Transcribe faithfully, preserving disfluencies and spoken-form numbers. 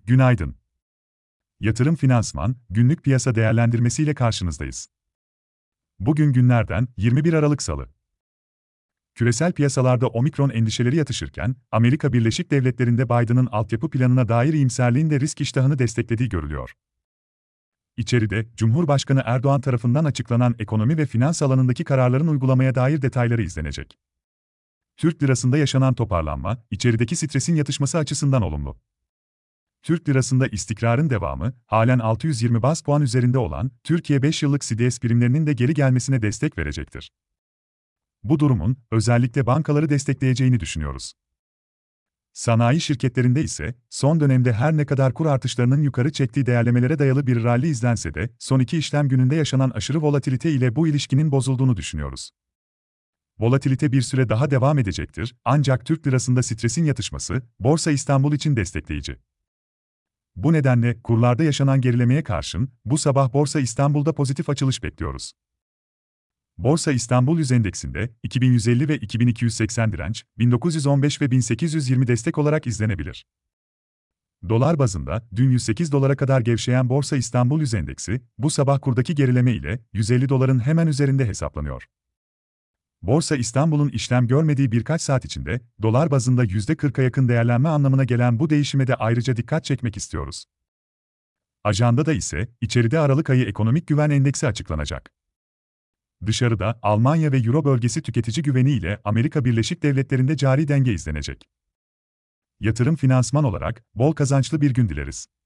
Günaydın. Yatırım Finansman, günlük piyasa değerlendirmesiyle karşınızdayız. Bugün günlerden yirmi bir Aralık Salı. Küresel piyasalarda omikron endişeleri yatışırken, Amerika Birleşik Devletleri'nde Biden'ın altyapı planına dair iyimserliğin de risk iştahını desteklediği görülüyor. İçeride, Cumhurbaşkanı Erdoğan tarafından açıklanan ekonomi ve finans alanındaki kararların uygulamaya dair detayları izlenecek. Türk lirasında yaşanan toparlanma, içerideki stresin yatışması açısından olumlu. Türk lirasında istikrarın devamı, halen altı yüz yirmi baz puan üzerinde olan Türkiye beş yıllık C D S primlerinin de geri gelmesine destek verecektir. Bu durumun özellikle bankaları destekleyeceğini düşünüyoruz. Sanayi şirketlerinde ise son dönemde her ne kadar kur artışlarının yukarı çektiği değerlemelere dayalı bir rally izlense de son iki işlem gününde yaşanan aşırı volatilite ile bu ilişkinin bozulduğunu düşünüyoruz. Volatilite bir süre daha devam edecektir, ancak Türk lirasında stresin yatışması, Borsa İstanbul için destekleyici. Bu nedenle kurlarda yaşanan gerilemeye karşın bu sabah Borsa İstanbul'da pozitif açılış bekliyoruz. Borsa İstanbul Yüz Endeksinde iki bin yüz elli ve iki bin iki yüz seksen direnç, bin dokuz yüz on beş ve bin sekiz yüz yirmi destek olarak izlenebilir. Dolar bazında dün yüz sekiz dolara kadar gevşeyen Borsa İstanbul Yüz Endeksi, bu sabah kurdaki gerileme ile yüz elli doların hemen üzerinde hesaplanıyor. Borsa İstanbul'un işlem görmediği birkaç saat içinde, dolar bazında yüzde kırka yakın değerlenme anlamına gelen bu değişime de ayrıca dikkat çekmek istiyoruz. Ajandada ise, içeride Aralık ayı Ekonomik Güven Endeksi açıklanacak. Dışarıda, Almanya ve Euro bölgesi tüketici güveni ile Amerika Birleşik Devletleri'nde cari denge izlenecek. Yatırım finansman olarak, bol kazançlı bir gün dileriz.